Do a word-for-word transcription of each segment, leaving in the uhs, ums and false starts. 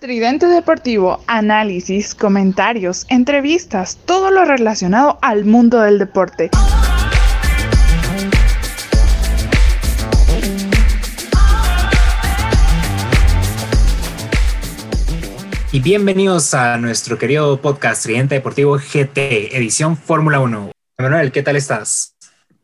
Tridente Deportivo, análisis, comentarios, entrevistas, todo lo relacionado al mundo del deporte. Y bienvenidos a nuestro querido podcast Tridente Deportivo G T, edición Fórmula uno. Emanuel, ¿qué tal estás?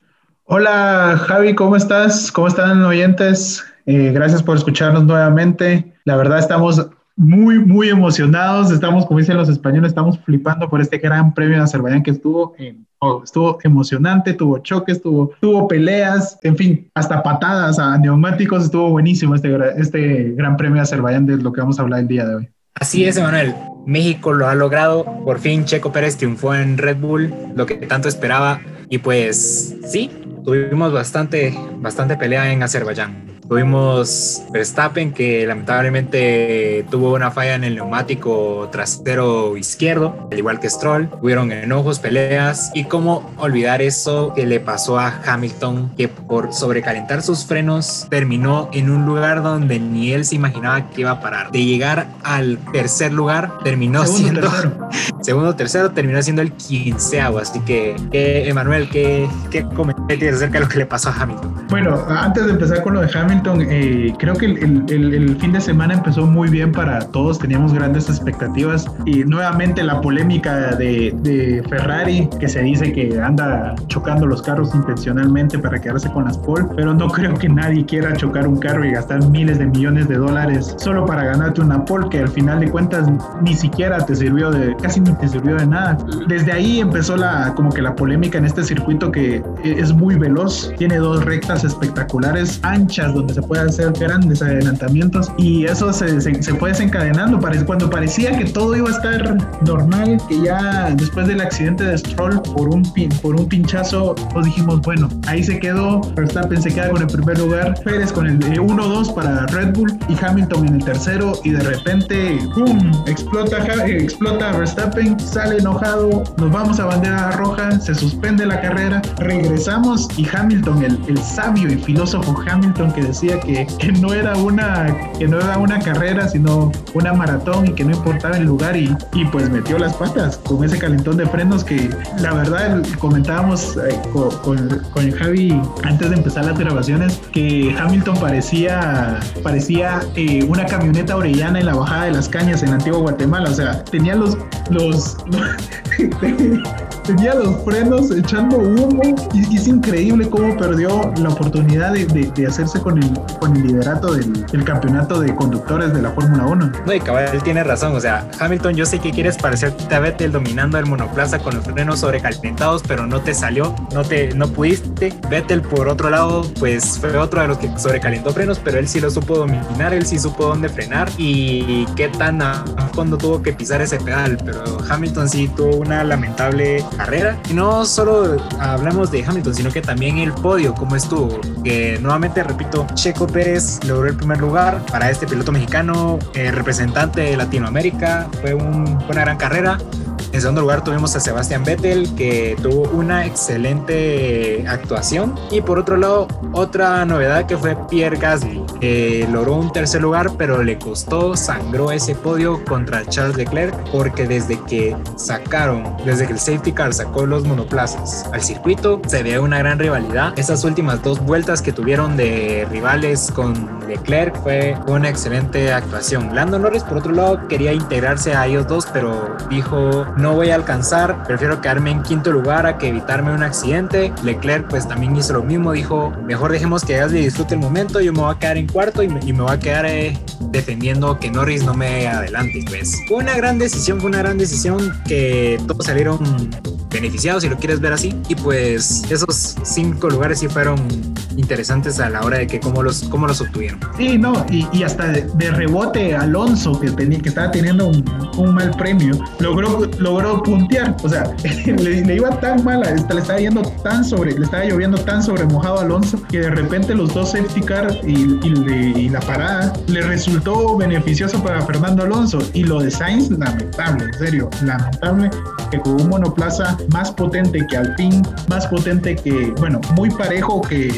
Hola Javi, ¿cómo estás? ¿Cómo están oyentes? Eh, gracias por escucharnos nuevamente. La verdad estamos muy, muy emocionados. Estamos, como dicen los españoles, estamos flipando por este gran premio de Azerbaiyán que estuvo, en, oh, estuvo emocionante, tuvo choques, tuvo, tuvo peleas, en fin, hasta patadas a neumáticos. Estuvo buenísimo este, este gran premio de Azerbaiyán, de lo que vamos a hablar el día de hoy. Así es, Emanuel. México lo ha logrado. Por fin Checo Pérez triunfó en Red Bull, lo que tanto esperaba. Y pues sí, tuvimos bastante, bastante pelea en Azerbaiyán. Tuvimos Verstappen, que lamentablemente tuvo una falla en el neumático trasero izquierdo, al igual que Stroll. Hubieron enojos, peleas, y cómo olvidar eso que le pasó a Hamilton, que por sobrecalentar sus frenos terminó en un lugar donde ni él se imaginaba que iba a parar. De llegar al tercer lugar, terminó segundo, siendo tercero. segundo, tercero, terminó siendo el quinceavo. Así que, que Emanuel, ¿qué, qué comentario tienes acerca de lo que le pasó a Hamilton? Bueno, antes de empezar con lo de Hamilton, Eh, creo que el, el, el fin de semana empezó muy bien para todos, teníamos grandes expectativas y nuevamente la polémica de, de Ferrari, que se dice que anda chocando los carros intencionalmente para quedarse con las pole, pero no creo que nadie quiera chocar un carro y gastar miles de millones de dólares solo para ganarte una pole que al final de cuentas ni siquiera te sirvió de, casi ni te sirvió de nada. Desde ahí empezó la, como que la polémica en este circuito que es muy veloz, tiene dos rectas espectaculares, anchas, donde se pueden hacer grandes adelantamientos y eso se, se, se fue desencadenando. Cuando parecía que todo iba a estar normal, que ya después del accidente de Stroll por un, por un pinchazo, nos dijimos, bueno, ahí se quedó, Verstappen se queda con el primer lugar, Pérez con el uno dos para Red Bull y Hamilton en el tercero, y de repente, ¡pum!, explota, explota Verstappen, sale enojado, nos vamos a bandera roja, se suspende la carrera, regresamos y Hamilton, el, el sabio y filósofo Hamilton, que decía que, que no era una que no era una carrera sino una maratón y que no importaba el lugar, y, y pues metió las patas con ese calentón de frenos que la verdad comentábamos eh, con, con, con Javi antes de empezar las grabaciones que Hamilton parecía parecía eh, una camioneta orellana en la bajada de las cañas en Antigua Guatemala. O sea, tenía los los, los tenía los frenos echando humo y, y es increíble cómo perdió la oportunidad de, de, de hacerse con el, con el liderato del, del campeonato de conductores de la Fórmula uno. No, y cabal, él tiene razón. O sea, Hamilton, yo sé que quieres parecerte a Vettel dominando el monoplaza con los frenos sobrecalentados, pero no te salió, no te no pudiste. Vettel, por otro lado, pues fue otro de los que sobrecalentó frenos, pero él sí lo supo dominar, él sí supo dónde frenar y qué tan a fondo tuvo que pisar ese pedal. Pero Hamilton sí tuvo una lamentable carrera. Y no solo hablamos de Hamilton, sino que también el podio, cómo estuvo, que nuevamente repito, Checo Pérez logró el primer lugar para este piloto mexicano, eh, representante de Latinoamérica. Fue, un, fue una gran carrera. En segundo lugar tuvimos a Sebastián Vettel, que tuvo una excelente actuación. Y por otro lado, otra novedad que fue Pierre Gasly, que logró un tercer lugar, pero le costó, sangró ese podio contra Charles Leclerc, porque desde que sacaron, desde que el safety car sacó los monoplazas al circuito, se ve una gran rivalidad. Esas últimas dos vueltas que tuvieron de rivales con Leclerc fue una excelente actuación. Lando Norris, por otro lado, quería integrarse a ellos dos, pero dijo: no voy a alcanzar, prefiero quedarme en quinto lugar a que evitarme un accidente. Leclerc pues también hizo lo mismo, dijo: mejor dejemos que Gasly disfrute el momento, yo me voy a quedar en cuarto y me, y me voy a quedar eh, defendiendo que Norris no me adelante. Pues fue una gran decisión, fue una gran decisión que todos salieron beneficiados, si lo quieres ver así, y pues esos cinco lugares sí fueron interesantes a la hora de que cómo los, cómo los obtuvieron. Sí, no, y, y hasta de, de rebote Alonso, que, tenía, que estaba teniendo un, un mal premio, logró, logró puntear. O sea, le, le iba tan mal, le estaba yendo tan sobre, le estaba lloviendo tan sobre mojado a Alonso, que de repente los dos safety car y, y, le, y la parada le resultó beneficioso para Fernando Alonso. Y lo de Sainz, lamentable, en serio, lamentable, que con un monoplaza más potente que Alpine, más potente que, bueno, muy parejo que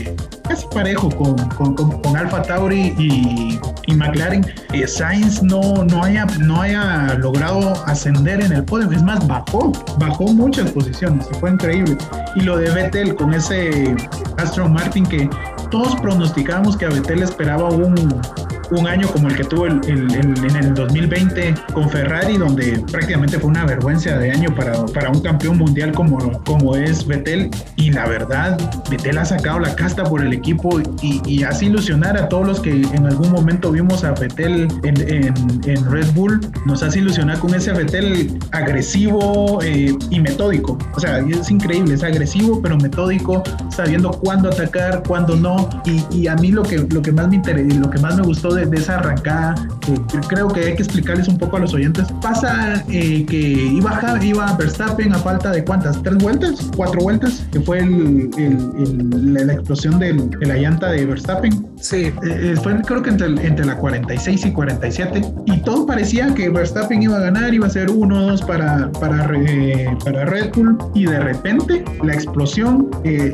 casi parejo con, con, con, con Alfa Tauri y, y McLaren, eh, Sainz no, no, haya, no haya logrado ascender en el podio, es más, bajó, bajó muchas posiciones, y fue increíble. Y lo de Vettel con ese Aston Martin que todos pronosticábamos que a Vettel esperaba un, un año como el que tuvo el, el, el, en el dos mil veinte con Ferrari, donde prácticamente fue una vergüenza de año para, para un campeón mundial como, como es Vettel. Y la verdad, Vettel ha sacado la casta por el equipo y, y hace ilusionar a todos los que en algún momento vimos a Vettel en, en, en Red Bull. Nos hace ilusionar con ese Vettel agresivo eh, y metódico. O sea, es increíble, es agresivo pero metódico, sabiendo cuándo atacar, cuándo no. Y, y a mí lo que, lo que más me interesa, lo que más me gustó de, de esa arrancada, que creo que hay que explicarles un poco a los oyentes, pasa eh, que iba, iba Verstappen a falta de ¿cuántas? ¿Tres vueltas? ¿Cuatro vueltas? Que fue el, el, el, la explosión del, de la llanta de Verstappen. Sí. Eh, fue creo que entre, entre la cuarenta y seis y cuarenta y siete, y todo parecía que Verstappen iba a ganar, iba a ser uno dos para, para, eh, para Red Bull, y de repente la explosión, eh,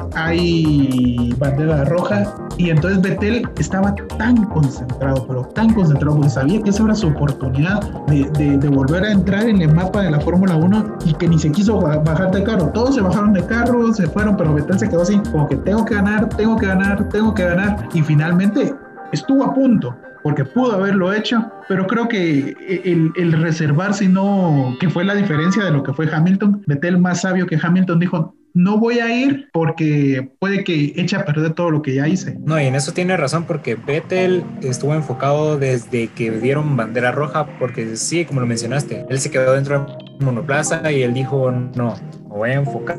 hay bandera roja, y entonces Vettel estaba tan concentrado, pero tan concentrado, porque sabía que esa era su oportunidad de, de, de volver a entrar en el mapa de la Fórmula uno, y que ni se quiso bajar de carro. Todos se bajaron de carro, se fueron, pero Vettel se quedó así, como que tengo que ganar, tengo que ganar, tengo que ganar, y finalmente estuvo a punto, porque pudo haberlo hecho, pero creo que el, el reservarse, no, que fue la diferencia de lo que fue Hamilton. Vettel, más sabio que Hamilton, dijo: no voy a ir porque puede que eche a perder todo lo que ya hice. No, y en eso tiene razón, porque Vettel estuvo enfocado desde que dieron bandera roja, porque sí, como lo mencionaste, él se quedó dentro del monoplaza y él dijo: no, me voy a enfocar,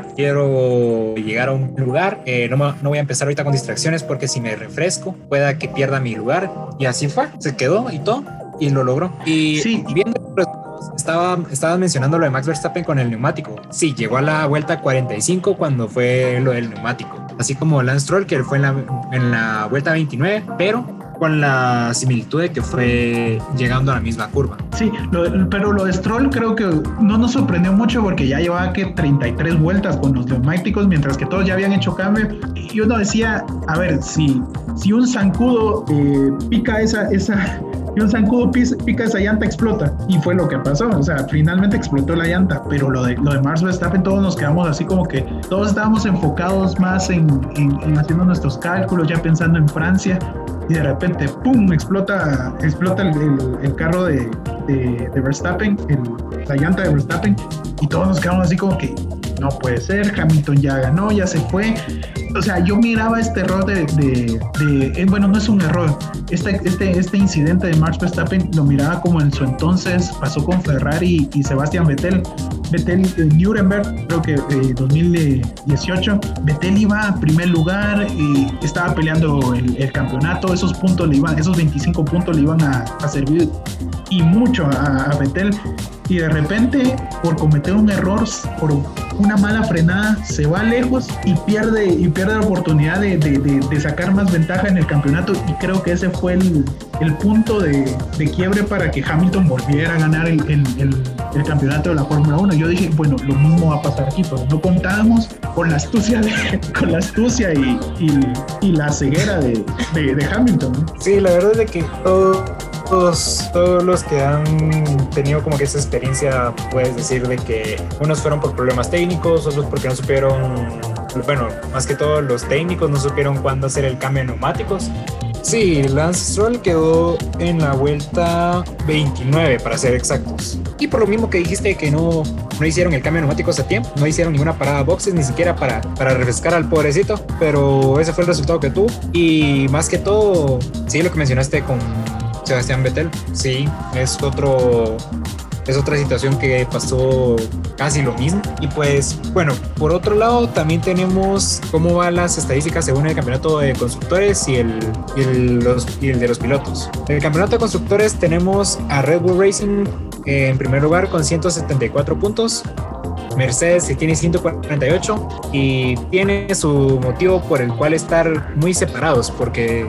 quiero llegar a un lugar, eh, no, me, no voy a empezar ahorita con distracciones, porque si me refresco pueda que pierda mi lugar. Y así fue, se quedó y todo, y lo logró. Y sí. viendo Estaba, estabas mencionando lo de Max Verstappen con el neumático. Sí, llegó a la vuelta cuarenta y cinco cuando fue lo del neumático, así como Lance Stroll, que fue en la, en la vuelta veintinueve, pero con la similitud de que fue llegando a la misma curva. Sí, lo, pero lo de Stroll creo que no nos sorprendió mucho, porque ya llevaba que treinta y tres vueltas con los neumáticos, mientras que todos ya habían hecho cambio. Y uno decía, a ver, si, si un zancudo eh, pica esa... esa y un zancudo pica esa llanta, explota, y fue lo que pasó. O sea, finalmente explotó la llanta. Pero lo de, lo de Max Verstappen, todos nos quedamos así como que todos estábamos enfocados más en, en, en haciendo nuestros cálculos, ya pensando en Francia, y de repente ¡pum! explota explota el, el, el carro de, de, de Verstappen, el, la llanta de Verstappen, y todos nos quedamos así como que no puede ser, Hamilton ya ganó, ya se fue. O sea, yo miraba este error de, de, de eh, bueno, no es un error, este, este, este incidente de Max Verstappen lo miraba como en su entonces pasó con Ferrari y Sebastian Vettel. Vettel en Nuremberg, creo que eh, dos mil dieciocho, Vettel iba a primer lugar y estaba peleando el, el campeonato. Esos puntos le iban, esos veinticinco puntos le iban a, a servir y mucho a, a Vettel, y de repente, por cometer un error, por una mala frenada, se va lejos y pierde, y pierde la oportunidad de, de, de, de sacar más ventaja en el campeonato. Y creo que ese fue el, el punto de, de quiebre para que Hamilton volviera a ganar el, el, el, el campeonato de la Fórmula uno. Yo dije, bueno, lo mismo va a pasar aquí, pero no contábamos con la astucia, de, con la astucia y, y, y la ceguera de, de, de Hamilton, ¿no? Sí, la verdad es de que todo... Todos, todos los que han tenido como que esa experiencia, puedes decir de que unos fueron por problemas técnicos, otros porque no supieron, bueno, más que todo los técnicos no supieron cuándo hacer el cambio de neumáticos. Sí, Lance Stroll quedó en la vuelta veintinueve, para ser exactos. Y por lo mismo que dijiste que no, no hicieron el cambio de neumáticos a tiempo, no hicieron ninguna parada a boxes, ni siquiera para, para refrescar al pobrecito, pero ese fue el resultado que tuvo. Y más que todo, sí, lo que mencionaste con Sebastián Vettel, sí, es otro, es otra situación que pasó casi lo mismo. Y pues, bueno, por otro lado también tenemos cómo van las estadísticas según el campeonato de constructores y el, y el, los, y el de los pilotos. En el campeonato de constructores tenemos a Red Bull Racing eh, en primer lugar con ciento setenta y cuatro puntos. Mercedes que tiene ciento cuarenta y ocho, y tiene su motivo por el cual estar muy separados, porque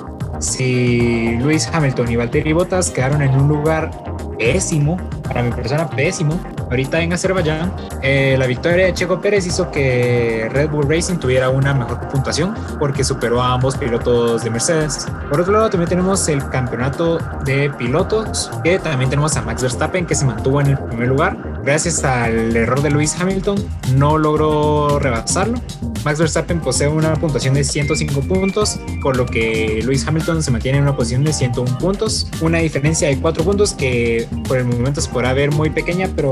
si Lewis Hamilton y Valtteri Bottas quedaron en un lugar pésimo, para mi persona pésimo, ahorita en Azerbaiyán, eh, la victoria de Checo Pérez hizo que Red Bull Racing tuviera una mejor puntuación porque superó a ambos pilotos de Mercedes. Por otro lado, también tenemos el campeonato de pilotos, que también tenemos a Max Verstappen, que se mantuvo en el primer lugar. Gracias al error de Lewis Hamilton, no logró rebasarlo. Max Verstappen posee una puntuación de ciento cinco puntos, por lo que Lewis Hamilton se mantiene en una posición de ciento uno puntos, una diferencia de cuatro puntos que por el momento se podrá ver muy pequeña, pero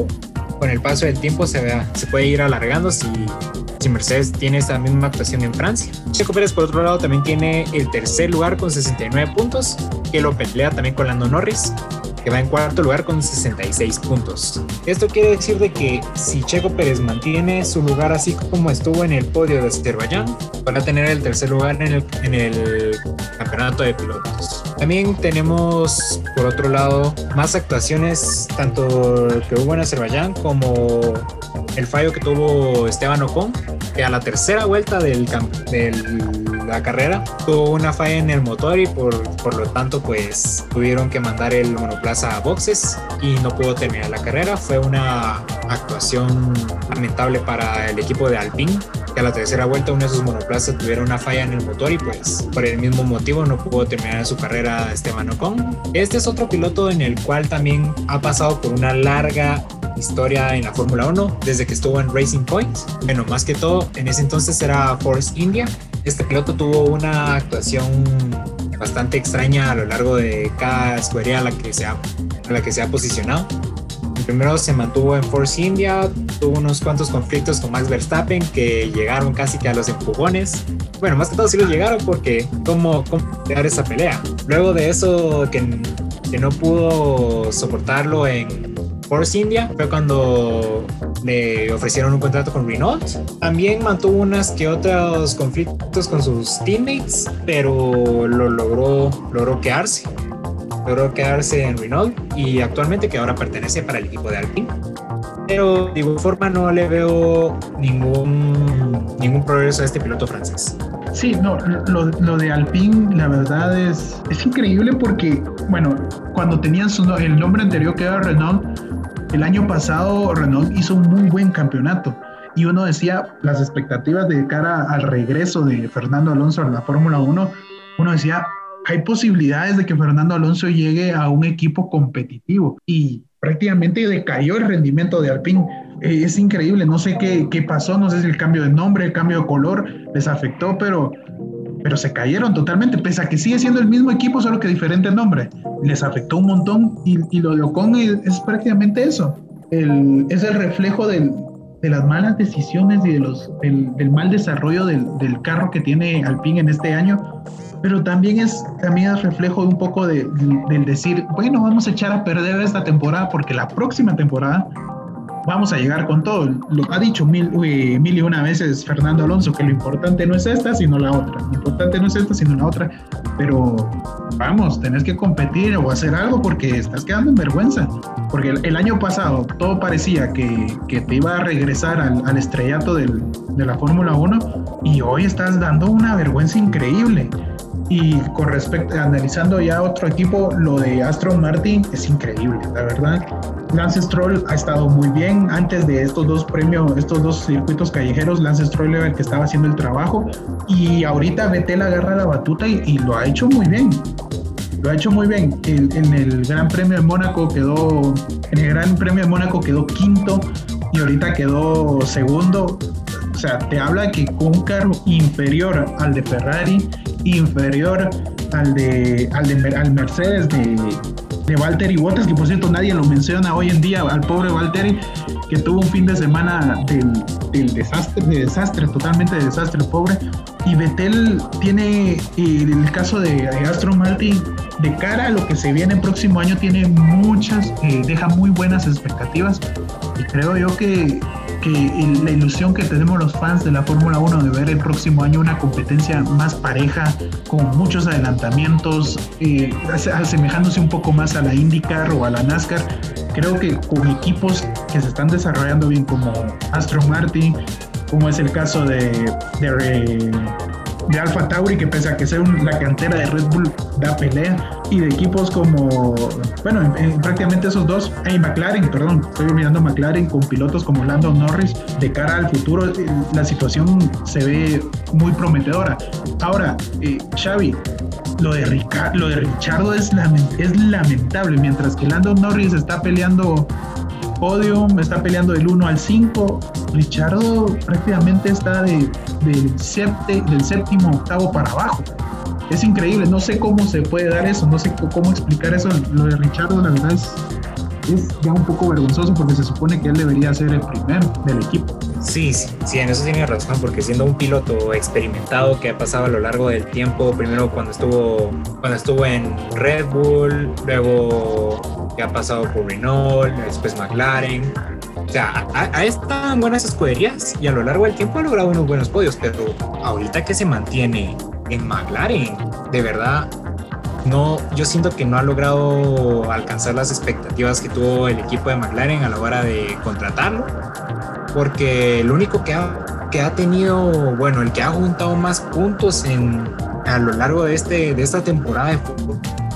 con el paso del tiempo se, vea, se puede ir alargando si, si Mercedes tiene esa misma actuación en Francia. Checo Pérez, por otro lado, también tiene el tercer lugar con sesenta y nueve puntos, que lo pelea también con Lando Norris, que va en cuarto lugar con sesenta y seis puntos. Esto quiere decir de que si Checo Pérez mantiene su lugar así como estuvo en el podio de Azerbaiyán, van a tener el tercer lugar en el, en el campeonato de pilotos. También tenemos, por otro lado, más actuaciones, tanto que hubo en Azerbaiyán como el fallo que tuvo Esteban Ocon, que a la tercera vuelta del, de la carrera tuvo una falla en el motor y por, por lo tanto pues tuvieron que mandar el monoplaza a boxes y no pudo terminar la carrera. Fue una actuación lamentable para el equipo de Alpine, que a la tercera vuelta uno de sus monoplazas tuviera una falla en el motor y pues por el mismo motivo no pudo terminar su carrera Esteban Ocon. Este es otro piloto en el cual también ha pasado por una larga historia en la Fórmula uno desde que estuvo en Racing Point. Bueno, más que todo en ese entonces era Force India. Este piloto tuvo una actuación bastante extraña a lo largo de cada escudería a la que se ha, a la que se ha posicionado. Primero se mantuvo en Force India, tuvo unos cuantos conflictos con Max Verstappen que llegaron casi que a los empujones. Bueno, más que todo sí los llegaron porque cómo, cómo dar esa pelea. Luego de eso que, que no pudo soportarlo en Force India fue cuando le ofrecieron un contrato con Renault. También mantuvo unas que otros conflictos con sus teammates, pero lo logró, logró quedarse. Logró quedarse en Renault y actualmente que ahora pertenece para el equipo de Alpine. Pero de igual forma no le veo ningún, ningún progreso a este piloto francés. Sí, no, lo, lo de Alpine la verdad es, es increíble porque, bueno, cuando tenían su, el nombre anterior que era Renault, el año pasado Renault hizo un muy buen campeonato y uno decía las expectativas de cara al regreso de Fernando Alonso a la Fórmula uno, uno decía hay posibilidades de que Fernando Alonso llegue a un equipo competitivo y prácticamente decayó el rendimiento de Alpine. Eh, es increíble, no sé qué, qué pasó, no sé si el cambio de nombre, el cambio de color les afectó, pero, pero se cayeron totalmente, pese a que sigue siendo el mismo equipo, solo que diferente nombre. Les afectó un montón y, y lo de Ocon es, es prácticamente eso. El, es el reflejo del, de las malas decisiones y de los, del, del mal desarrollo del, del carro que tiene Alpine en este año. Pero también es, también es reflejo un poco de, de, del decir, bueno, vamos a echar a perder esta temporada porque la próxima temporada vamos a llegar con todo. Lo ha dicho mil, uy, mil y una veces Fernando Alonso, que lo importante no es esta, sino la otra. Lo importante no es esta, sino la otra. Pero vamos, tenés que competir o hacer algo porque estás quedando en vergüenza. Porque el, el año pasado todo parecía que, que te iba a regresar al, al estrellato del, de la Fórmula uno y hoy estás dando una vergüenza increíble. Y con respecto, analizando ya otro equipo, lo de Aston Martin es increíble, la verdad. Lance Stroll ha estado muy bien. Antes de estos dos premios, estos dos circuitos callejeros, Lance Stroll era el que estaba haciendo el trabajo. Y ahorita Vettel agarra la batuta y, y lo ha hecho muy bien. Lo ha hecho muy bien. El, en el Gran Premio de Mónaco quedó, en el Gran Premio de Mónaco quedó quinto y ahorita quedó segundo. O sea, te habla que con un carro inferior al de Ferrari, inferior al de al, de, al Mercedes de, de Valtteri Bottas, que por cierto nadie lo menciona hoy en día, al pobre Valtteri, que tuvo un fin de semana del, del desastre, de desastre, totalmente de desastre, pobre. Y Vettel tiene el, el caso de, de Aston Martin, de cara a lo que se viene el próximo año, tiene muchas, eh, deja muy buenas expectativas, y creo yo que que la ilusión que tenemos los fans de la Fórmula uno de ver el próximo año una competencia más pareja, con muchos adelantamientos, eh, asemejándose un poco más a la IndyCar o a la NASCAR. Creo que con equipos que se están desarrollando bien como Aston Martin, como es el caso de, de, de Alfa Tauri, que pese a que sea un, la cantera de Red Bull da pelea, y de equipos como, bueno, en, en prácticamente esos dos, hay McLaren, perdón, estoy olvidando McLaren, con pilotos como Lando Norris, de cara al futuro, la situación se ve muy prometedora. Ahora, eh, Xavi, lo de, Rica, lo de Richardo es, lament, es lamentable, mientras que Lando Norris está peleando podium, está peleando del uno al cinco, Richardo prácticamente está de, del, septe, del séptimo, octavo para abajo. Es increíble, no sé cómo se puede dar eso, no sé cómo explicar eso. Lo de Richardo, la verdad, es, es ya un poco vergonzoso porque se supone que él debería ser el primero del equipo. Sí, sí, sí, en eso tiene razón, porque siendo un piloto experimentado que ha pasado a lo largo del tiempo, primero cuando estuvo, cuando estuvo en Red Bull, luego que ha pasado por Renault, después McLaren, o sea, ha, ha estado en buenas escuderías y a lo largo del tiempo ha logrado unos buenos podios, pero ahorita que se mantiene en McLaren, de verdad, no, yo siento que no ha logrado alcanzar las expectativas que tuvo el equipo de McLaren a la hora de contratarlo, porque el único que ha, que ha tenido, bueno, el que ha juntado más puntos en, a lo largo de, este, de esta temporada de fútbol,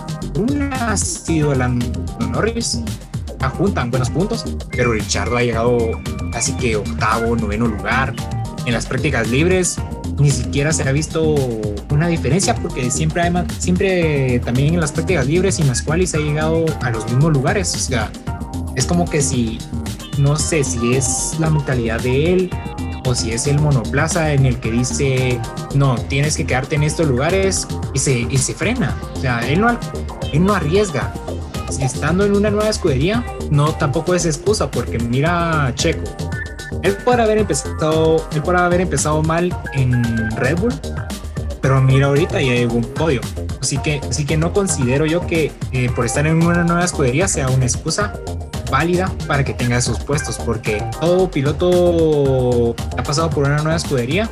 una ha sido Lando Norris, juntan buenos puntos, pero Richardo ha llegado casi que octavo, noveno lugar. En las prácticas libres ni siquiera se ha visto una diferencia, porque siempre, hay, siempre también en las prácticas libres y en las cuales ha llegado a los mismos lugares. O sea, es como que si, no sé si es la mentalidad de él o si es el monoplaza en el que dice, no, tienes que quedarte en estos lugares y se, y se frena. O sea, él no, él no arriesga. Estando en una nueva escudería, no, tampoco es excusa, porque mira a Checo, él puede haber empezado, él puede haber empezado mal en Red Bull, pero mira ahorita ya llegó un podio, así que, así que no considero yo que eh, por estar en una nueva escudería sea una excusa válida para que tenga esos puestos, porque todo piloto que ha pasado por una nueva escudería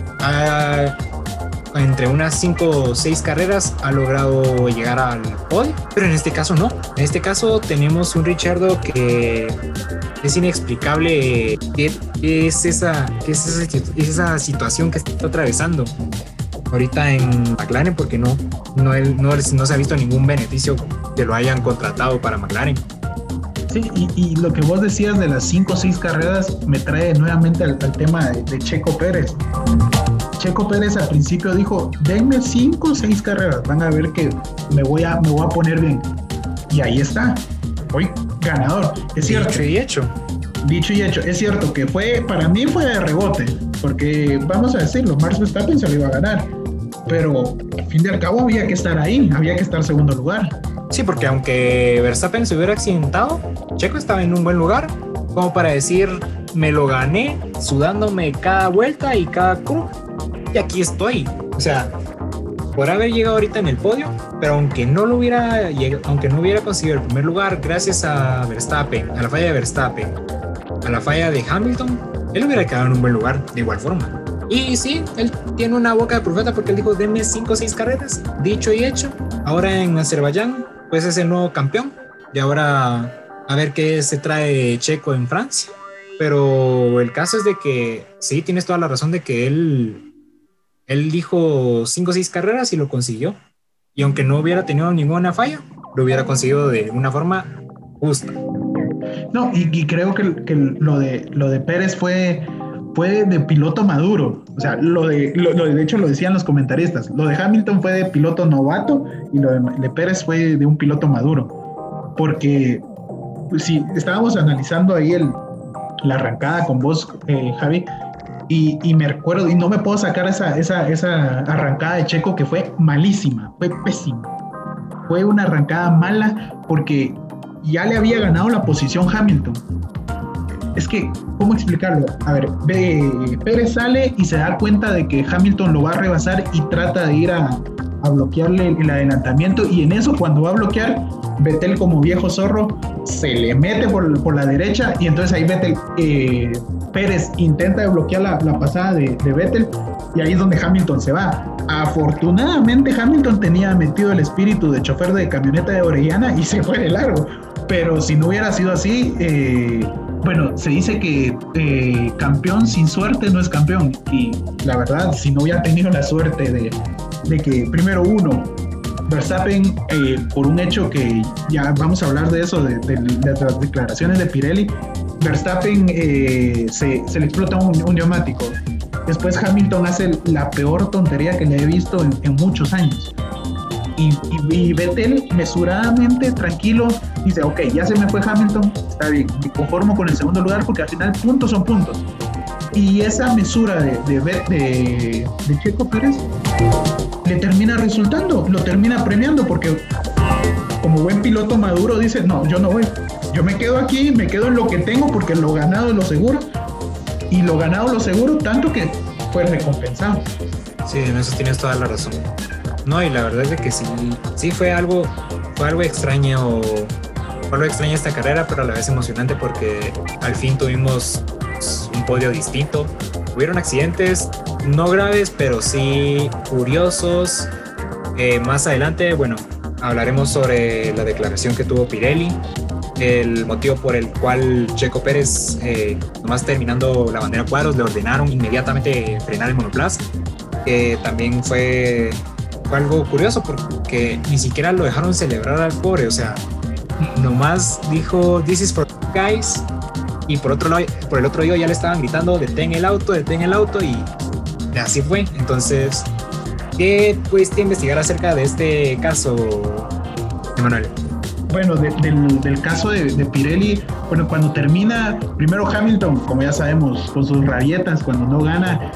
ha, entre unas cinco o seis carreras ha logrado llegar al podio, pero en este caso no. En este caso tenemos un Richardo que es inexplicable qué es esa, qué es esa, esa situación que está atravesando ahorita en McLaren, porque no, no, él, no, no se ha visto ningún beneficio que lo hayan contratado para McLaren. Sí, y, y lo que vos decías de las cinco o seis carreras me trae nuevamente al, al tema de, de Checo Pérez. Checo Pérez al principio dijo, denme cinco o seis carreras, van a ver que me voy a, me voy a poner bien. Y ahí está, hoy ganador. Es cierto. Dicho y hecho. Dicho y hecho, es cierto que fue, para mí fue de rebote, porque vamos a decirlo, Max Verstappen se lo iba a ganar, pero al fin y al cabo había que estar ahí, había que estar segundo lugar. Sí, porque aunque Verstappen se hubiera accidentado, Checo estaba en un buen lugar, como para decir, me lo gané sudándome cada vuelta y cada curva. Y aquí estoy. O sea, por haber llegado ahorita en el podio, pero aunque no lo hubiera aunque no hubiera conseguido el primer lugar gracias a Verstappen, a la falla de Verstappen, a la falla de Hamilton, él hubiera quedado en un buen lugar de igual forma. Y sí, él tiene una boca de profeta, porque él dijo, denme cinco o seis carreras, dicho y hecho. Ahora en Azerbaiyán, pues es el nuevo campeón, y ahora a ver qué se trae Checo en Francia. Pero el caso es de que sí, tienes toda la razón de que él Él dijo cinco o seis carreras y lo consiguió. Y aunque no hubiera tenido ninguna falla, lo hubiera conseguido de una forma justa. No, y, y creo que, que lo, de, lo de Pérez fue, fue de piloto maduro. O sea, lo de, lo, lo de hecho lo decían los comentaristas. Lo de Hamilton fue de piloto novato y lo de, de Pérez fue de un piloto maduro. Porque pues, sí, estábamos analizando ahí el, la arrancada con vos, eh, Javi. Y, y me recuerdo, y no me puedo sacar esa, esa, esa arrancada de Checo que fue malísima, fue pésima. Fue una arrancada mala porque ya le había ganado la posición Hamilton. Es que, ¿cómo explicarlo? A ver, ve, Pérez sale y se da cuenta de que Hamilton lo va a rebasar y trata de ir a, a bloquearle el adelantamiento, y en eso, cuando va a bloquear, Vettel, como viejo zorro, se le mete por, por la derecha, y entonces ahí Vettel, eh, Pérez intenta bloquear la, la pasada de, de Vettel, y ahí es donde Hamilton se va. Afortunadamente Hamilton tenía metido el espíritu de chofer de camioneta de Orellana y se fue de largo, pero si no hubiera sido así, eh, bueno, se dice que eh, campeón sin suerte no es campeón, y la verdad, si no hubiera tenido la suerte de, de que primero uno, Verstappen, eh, por un hecho que ya vamos a hablar de eso, de, de, de las declaraciones de Pirelli, Verstappen eh, se, se le explota un, un neumático. Después Hamilton hace la peor tontería que le he visto en, en muchos años. Y, y, y Vettel mesuradamente, tranquilo, dice, ok, ya se me fue Hamilton, está bien, me conformo con el segundo lugar porque al final puntos son puntos. Y esa mesura de, de, de, de Checo Pérez le termina resultando, lo termina premiando porque como buen piloto maduro dice, no, yo no voy, yo me quedo aquí, me quedo en lo que tengo porque lo ganado es lo seguro. Y lo ganado lo seguro, tanto que fue recompensado. Sí, en eso tienes toda la razón. No, y la verdad es que sí, sí fue algo, fue algo extraño, fue algo extraño esta carrera, pero a la vez emocionante porque al fin tuvimos un podio distinto. Hubieron accidentes no graves, pero sí curiosos. Eh, más adelante, bueno, hablaremos sobre la declaración que tuvo Pirelli, el motivo por el cual Checo Pérez, eh, nomás terminando la bandera cuadros, le ordenaron inmediatamente frenar el monoplaza. Eh, también fue, fue algo curioso porque ni siquiera lo dejaron celebrar al pobre, o sea, nomás dijo "This is for guys", y por otro lado, por el otro lado ya le estaban gritando "detén el auto, detén el auto", y así fue. Entonces, ¿qué pudiste investigar acerca de este caso, Emanuel? Bueno, de, del, del caso de, de Pirelli, bueno, cuando termina, primero Hamilton, como ya sabemos, con sus rabietas, cuando no gana,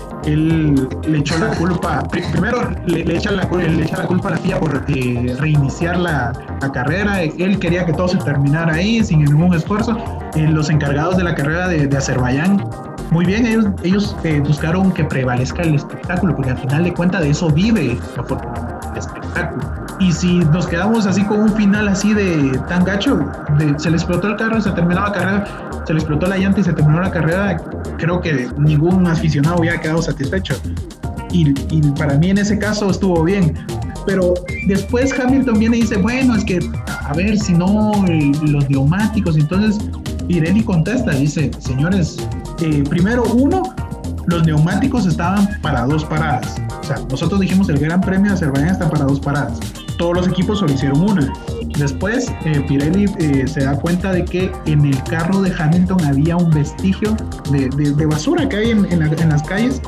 él le echó la culpa, primero le, le, echa, la, le echa la culpa a la F I A por eh, reiniciar la, la carrera. Él quería que todo se terminara ahí, sin ningún esfuerzo. Eh, los encargados de la carrera de, de Azerbaiyán, muy bien, ellos, ellos eh, buscaron que prevalezca el espectáculo, porque al final de cuentas de eso vive la Fórmula, el espectáculo. Y si nos quedamos así con un final así de tan gacho, de, se le explotó el carro y se terminó la carrera, se le explotó la llanta y se terminó la carrera, creo que ningún aficionado hubiera quedado satisfecho. Y, y para mí en ese caso estuvo bien. Pero después Hamilton viene y dice, bueno, es que a ver si no eh, los neumáticos. Entonces Pirelli contesta, dice, señores, eh, primero uno, los neumáticos estaban para dos paradas. O sea, nosotros dijimos el Gran Premio de Azerbaiyán está para dos paradas. Todos los equipos solo hicieron una. Después, eh, Pirelli eh, se da cuenta de que en el carro de Hamilton había un vestigio de, de, de basura que hay en, en, la, en las calles.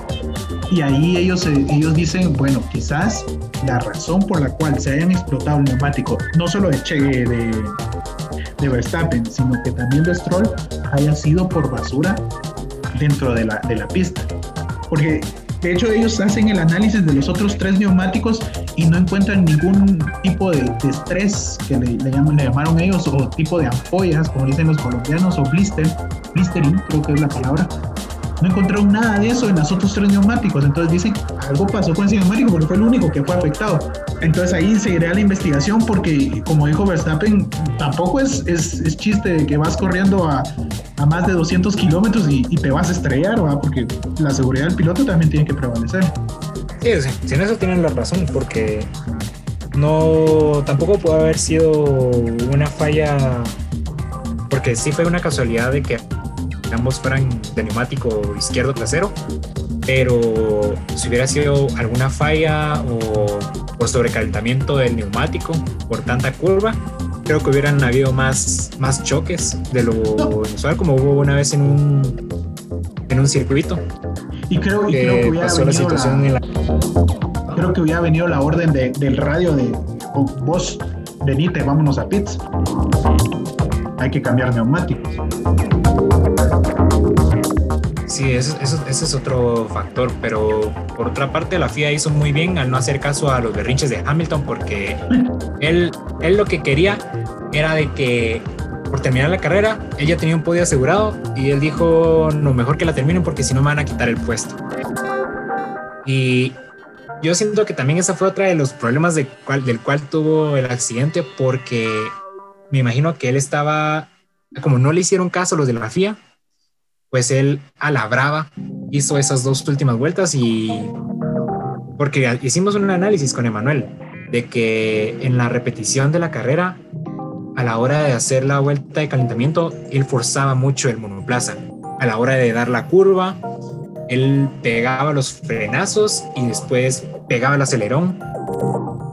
Y ahí ellos, eh, ellos dicen, bueno, quizás la razón por la cual se hayan explotado el neumático, no solo de, che, de, de Verstappen, sino que también de Stroll, haya sido por basura dentro de la, de la pista. Porque de hecho ellos hacen el análisis de los otros tres neumáticos y no encuentran ningún tipo de, de estrés que le, le, llaman, le llamaron ellos, o tipo de ampollas, como dicen los colombianos, o blister, blistering, creo que es la palabra. No encontraron nada de eso en los otros tres neumáticos. Entonces dicen, algo pasó con ese neumático porque fue el único que fue afectado. Entonces ahí seguirá la investigación porque, como dijo Verstappen, tampoco es, es, es chiste de que vas corriendo a, a más de doscientos kilómetros y, y te vas a estrellar, ¿va? Porque la seguridad del piloto también tiene que prevalecer. Sí, sí, sí, en eso tienen la razón, porque no, tampoco puede haber sido una falla, porque sí fue una casualidad de que ambos fueran de neumático izquierdo trasero, pero si hubiera sido alguna falla o por sobrecalentamiento del neumático por tanta curva, creo que hubieran habido más, más choques de lo usual, como hubo una vez en un, en un circuito. Y creo, y creo que hubiera pasó la situación la, en la... creo que hubiera venido la orden de, del radio de oh, vos, venite, vámonos a pits. Hay que cambiar neumáticos. Sí, eso, eso, ese es otro factor, pero por otra parte la F I A hizo muy bien al no hacer caso a los berrinches de Hamilton, porque él, él lo que quería era de que por terminar la carrera, él ya tenía un podio asegurado y él dijo, no, mejor que la terminen porque si no me van a quitar el puesto. Y yo siento que también esa fue otra de los problemas de cual, del cual tuvo el accidente, porque me imagino que él estaba, como no le hicieron caso a los de la F I A, pues él a la brava hizo esas dos últimas vueltas. Y porque hicimos un análisis con Emanuel de que en la repetición de la carrera, a la hora de hacer la vuelta de calentamiento, él forzaba mucho el monoplaza. A la hora de dar la curva, él pegaba los frenazos y después pegaba el acelerón.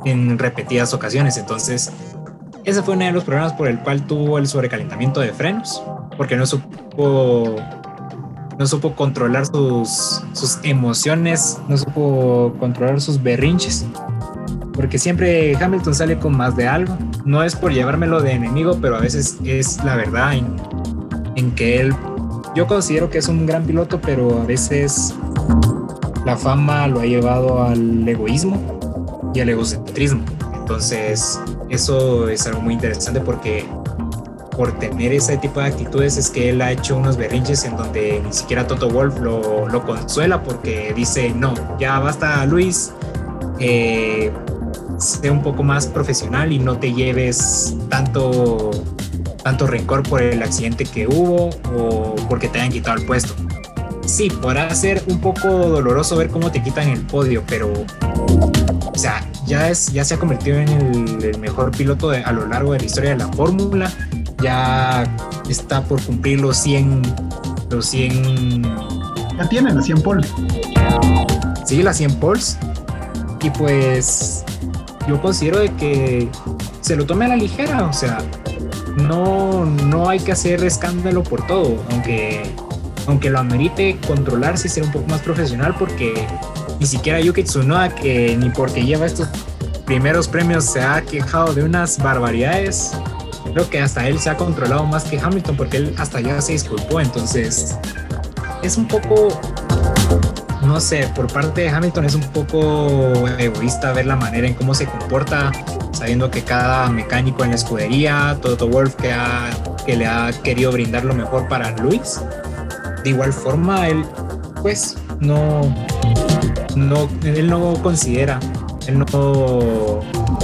en repetidas ocasiones. Entonces, ese fue uno de los problemas por el cual tuvo el sobrecalentamiento de frenos, porque no supo, no supo controlar sus, sus emociones, no supo controlar sus berrinches, porque siempre Hamilton sale con más de algo. No es por llevármelo de enemigo, pero a veces es la verdad en, en que él, yo considero que es un gran piloto, pero a veces la fama lo ha llevado al egoísmo y al egocentrismo. Entonces eso es algo muy interesante, porque por tener ese tipo de actitudes es que él ha hecho unos berrinches en donde ni siquiera Toto Wolff lo, lo consuela, porque dice, no, ya basta Luis, eh, sé un poco más profesional y no te lleves tanto, tanto rencor por el accidente que hubo o porque te hayan quitado el puesto. Sí, podrá ser un poco doloroso ver cómo te quitan el podio, pero o sea, ya, es, ya se ha convertido en el, el mejor piloto de, a lo largo de la historia de la fórmula. Ya está por cumplir los cien, los cien... Ya tienen las cien poles. Sí, las cien poles. Y pues yo considero de que se lo tome a la ligera. O sea, no, no hay que hacer escándalo por todo, aunque, aunque lo amerite controlarse y ser un poco más profesional, porque ni siquiera Yuki Tsunoda, que ni porque lleva estos primeros premios se ha quejado de unas barbaridades. Creo que hasta él se ha controlado más que Hamilton, porque él hasta ya se disculpó. Entonces es un poco, no sé, por parte de Hamilton es un poco egoísta ver la manera en cómo se comporta, sabiendo que cada mecánico en la escudería, Toto Wolff, que, ha, que le ha querido brindar lo mejor para Luis, de igual forma él pues no, no él no considera, él no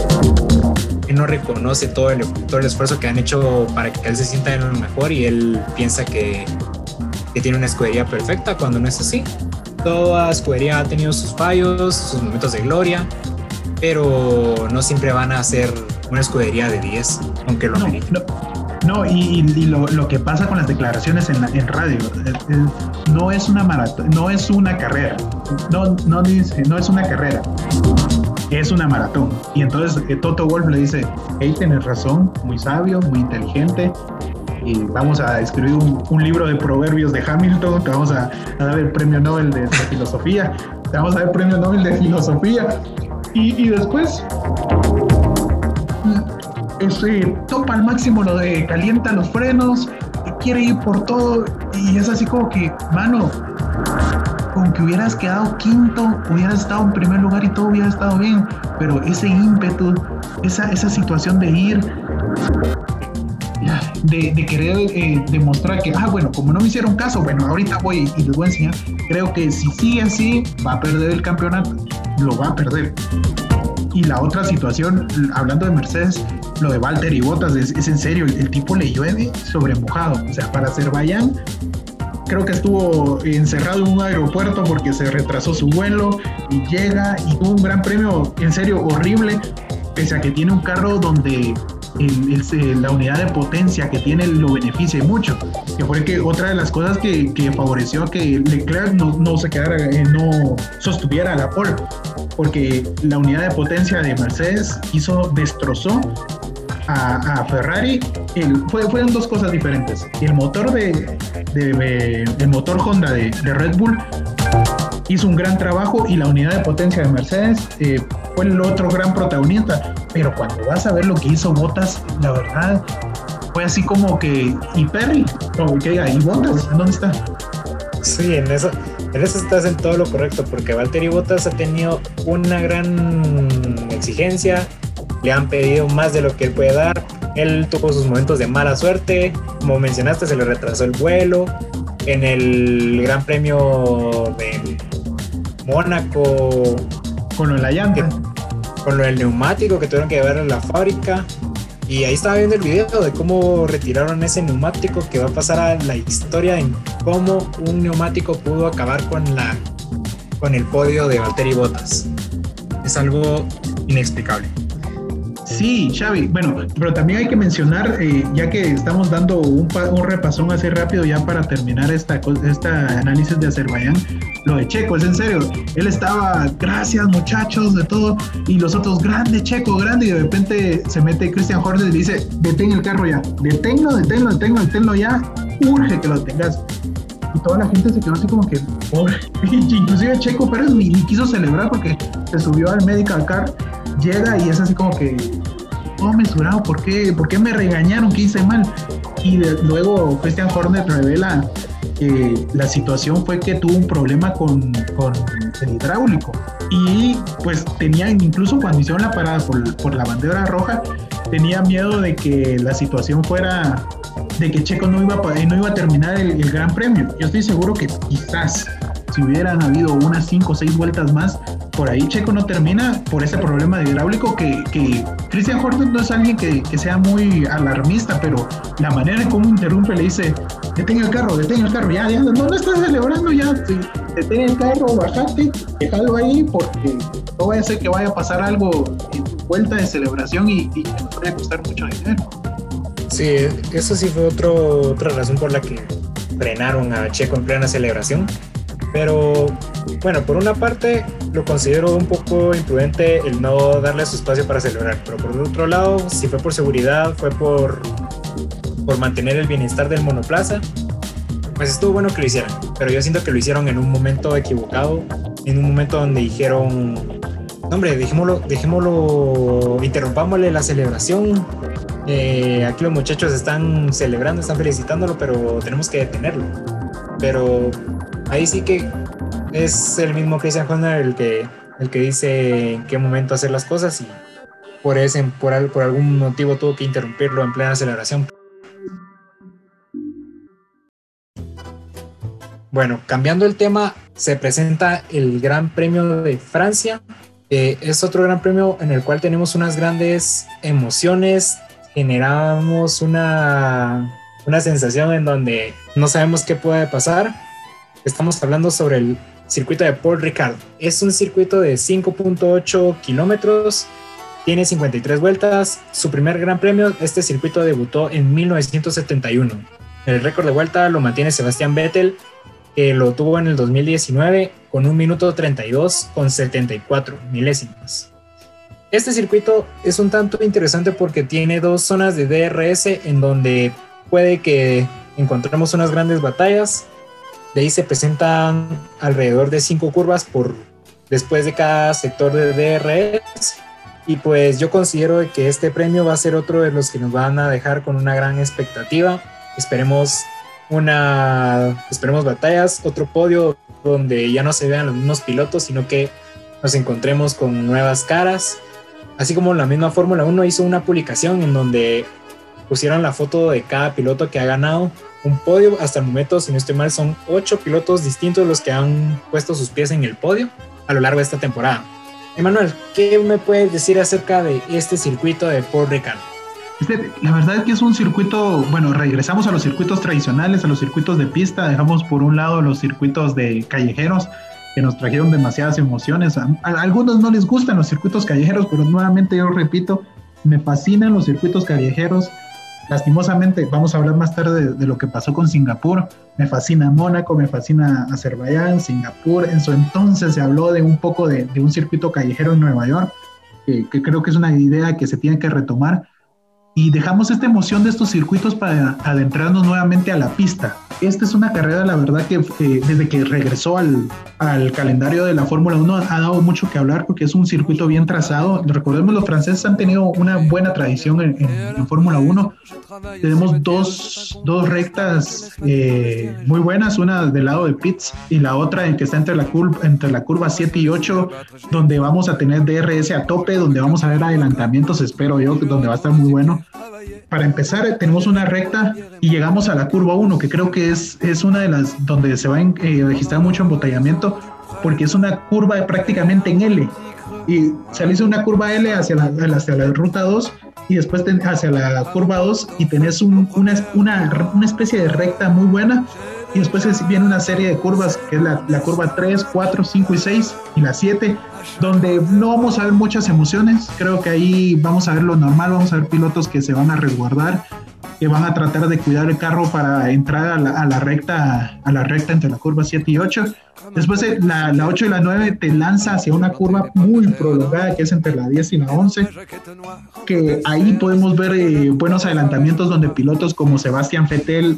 él no reconoce todo el, todo el esfuerzo que han hecho para que él se sienta en lo mejor, y él piensa que, que tiene una escudería perfecta, cuando no es así. Toda escudería ha tenido sus fallos, sus momentos de gloria, pero no siempre van a ser una escudería de diez, aunque lo no, meriten. No, no, y, y lo, lo que pasa con las declaraciones en, en radio, es, es, no es una maratón, no es una carrera, no, no, dice, no es una carrera, es una maratón. Y entonces eh, Toto Wolff le dice, hey, tienes razón, muy sabio, muy inteligente, y vamos a escribir un, un libro de proverbios de Hamilton, te vamos a, a dar el premio Nobel de, de filosofía, te vamos a dar el premio Nobel de filosofía, y, y después este, topa al máximo lo de calienta los frenos, quiere ir por todo, y es así como que, mano, con que hubieras quedado quinto, hubieras estado en primer lugar y todo hubiera estado bien, pero ese ímpetu, esa, esa situación de ir, de, de querer eh, demostrar que, ah, bueno, como no me hicieron caso, bueno, ahorita voy y les voy a enseñar. Creo que si sigue así, va a perder el campeonato, lo va a perder. Y la otra situación, hablando de Mercedes, lo de Valtteri Bottas, es, es en serio, el, el tipo le llueve sobre mojado. O sea, para Azerbaiyán, creo que estuvo encerrado en un aeropuerto porque se retrasó su vuelo, y llega y tuvo un gran premio, en serio, horrible, pese a que tiene un carro donde el, el, la unidad de potencia que tiene lo beneficia mucho, que fue que otra de las cosas que, que favoreció a que Leclerc no, no se quedara, eh, no sostuviera la pole, porque la unidad de potencia de Mercedes hizo, destrozó a, a Ferrari. El, fue, fueron dos cosas diferentes. El motor de, de, de el motor Honda de, de Red Bull hizo un gran trabajo, y la unidad de potencia de Mercedes eh, fue el otro gran protagonista. Pero cuando vas a ver lo que hizo Bottas, la verdad fue así como que, ¿y Perry? ¿O qué? ¿Y Bottas? ¿Dónde está? Sí, en eso, en eso estás en todo lo correcto, porque Valtteri Bottas ha tenido una gran exigencia, le han pedido más de lo que él puede dar. Él tuvo sus momentos de mala suerte, como mencionaste, se le retrasó el vuelo. En el Gran Premio de Mónaco, con lo de la llanta, con lo del neumático que tuvieron que llevar a la fábrica, y ahí estaba viendo el video de cómo retiraron ese neumático, que va a pasar a la historia en cómo un neumático pudo acabar con la con el podio de Valtteri Bottas. Es algo inexplicable. Sí, Xavi, bueno, pero también hay que mencionar, eh, ya que estamos dando un, pa- un repasón así rápido ya para terminar esta, co- esta análisis de Azerbaiyán, lo de Checo, es en serio, él estaba, gracias muchachos, de todo, y los otros, grande Checo, grande, y de repente se mete Christian Horner y dice, detén el carro ya, deténlo, deténlo, deténlo, deténlo ya, urge que lo detengas. Y toda la gente se quedó así como que, pobre, inclusive Checo Pérez ni, ni quiso celebrar porque se subió al medical car, llega y es así como que, todo mesurado, ¿por qué, ¿por qué me regañaron? ¿Qué hice mal? Y de, luego Christian Horner revela que la situación fue que tuvo un problema con, con el hidráulico. Y pues tenían, incluso cuando hicieron la parada por, por la bandera roja, tenía miedo de que la situación fuera, de que Checo no iba, no iba a terminar el, el Gran Premio. Yo estoy seguro que quizás si hubieran habido unas cinco o seis vueltas más, por ahí Checo no termina por ese problema de hidráulico que, que Christian Horner no es alguien que, que sea muy alarmista, pero la manera en cómo interrumpe le dice, detén el carro, detén el carro, ya, ya, no, no estás celebrando ya, sí, detén el carro, bajate, déjalo ahí porque no vaya a ser que vaya a pasar algo en tu vuelta de celebración y, y te puede costar mucho dinero. Sí, eso sí fue otro, otra razón por la que frenaron a Checo en plena celebración. Pero bueno, por una parte lo considero un poco imprudente el no darle su espacio para celebrar, pero por otro lado, si fue por seguridad, fue por, por mantener el bienestar del monoplaza, pues estuvo bueno que lo hicieran, pero yo siento que lo hicieron en un momento equivocado, en un momento donde dijeron, no, hombre, dejémoslo, dejémoslo, interrumpámosle la celebración, eh, aquí los muchachos están celebrando, están felicitándolo, pero tenemos que detenerlo. Pero ahí sí que es el mismo Christian Horner el que, el que dice en qué momento hacer las cosas y por, ese, por, por algún motivo tuvo que interrumpirlo en plena celebración. Bueno, cambiando el tema, se presenta el Gran Premio de Francia. Eh, es otro gran premio en el cual tenemos unas grandes emociones, generamos una, una sensación en donde no sabemos qué puede pasar. Estamos hablando sobre el circuito de Paul Ricard. Es un circuito de cinco punto ocho kilómetros, tiene cincuenta y tres vueltas. Su primer gran premio, este circuito debutó en mil novecientos setenta y uno. El récord de vuelta lo mantiene Sebastián Vettel, que lo tuvo en el dos mil diecinueve con un minuto treinta y dos con setenta y cuatro milésimas. Este circuito es un tanto interesante porque tiene dos zonas de D R S en donde puede que encontremos unas grandes batallas. De ahí se presentan alrededor de cinco curvas por después de cada sector de D R S. Y pues yo considero que este premio va a ser otro de los que nos van a dejar con una gran expectativa. Esperemos una, esperemos batallas, otro podio donde ya no se vean los mismos pilotos, sino que nos encontremos con nuevas caras. Así como la misma Fórmula uno hizo una publicación en donde pusieron la foto de cada piloto que ha ganado un podio. Hasta el momento, si no estoy mal, son ocho pilotos distintos los que han puesto sus pies en el podio a lo largo de esta temporada. Emanuel, ¿qué me puedes decir acerca de este circuito de Paul Ricard? Este, la verdad es que es un circuito, bueno, regresamos a los circuitos tradicionales, a los circuitos de pista, dejamos por un lado los circuitos de callejeros que nos trajeron demasiadas emociones. A, a algunos no les gustan los circuitos callejeros, pero nuevamente yo repito, me fascinan los circuitos callejeros. Lastimosamente, vamos a hablar más tarde de, de lo que pasó con Singapur. Me fascina Mónaco, me fascina Azerbaiyán, Singapur. En su entonces se habló de un poco de, de un circuito callejero en Nueva York, que, que creo que es una idea que se tiene que retomar. Y dejamos esta emoción de estos circuitos para adentrarnos nuevamente a la pista. Esta es una carrera, la verdad, que eh, desde que regresó al, al calendario de la Fórmula uno ha dado mucho que hablar porque es un circuito bien trazado. Recordemos, los franceses han tenido una buena tradición en, en, en Fórmula uno. Tenemos dos, dos rectas eh, muy buenas, una del lado de pits y la otra en que está entre la, curva, entre la curva siete y ocho, donde vamos a tener D R S a tope, donde vamos a ver adelantamientos, espero yo, donde va a estar muy bueno. Para empezar, tenemos una recta y llegamos a la curva uno, que creo que es, es una de las donde se va a eh, registrar mucho embotellamiento, porque es una curva prácticamente en L. Y salís de una curva L hacia la, hacia la ruta dos y después ten, hacia la curva dos y tenés un, una, una, una especie de recta muy buena y después es, viene una serie de curvas que es la, la curva tres, cuatro, cinco y seis y la siete, donde no vamos a ver muchas emociones. Creo que ahí vamos a ver lo normal, vamos a ver pilotos que se van a resguardar, que van a tratar de cuidar el carro para entrar a la, a la recta a la recta entre la curva siete y ocho. Después la, la ocho y la nueve te lanza hacia una curva muy prolongada que es entre la diez y la once, que ahí podemos ver eh, buenos adelantamientos donde pilotos como Sebastian Vettel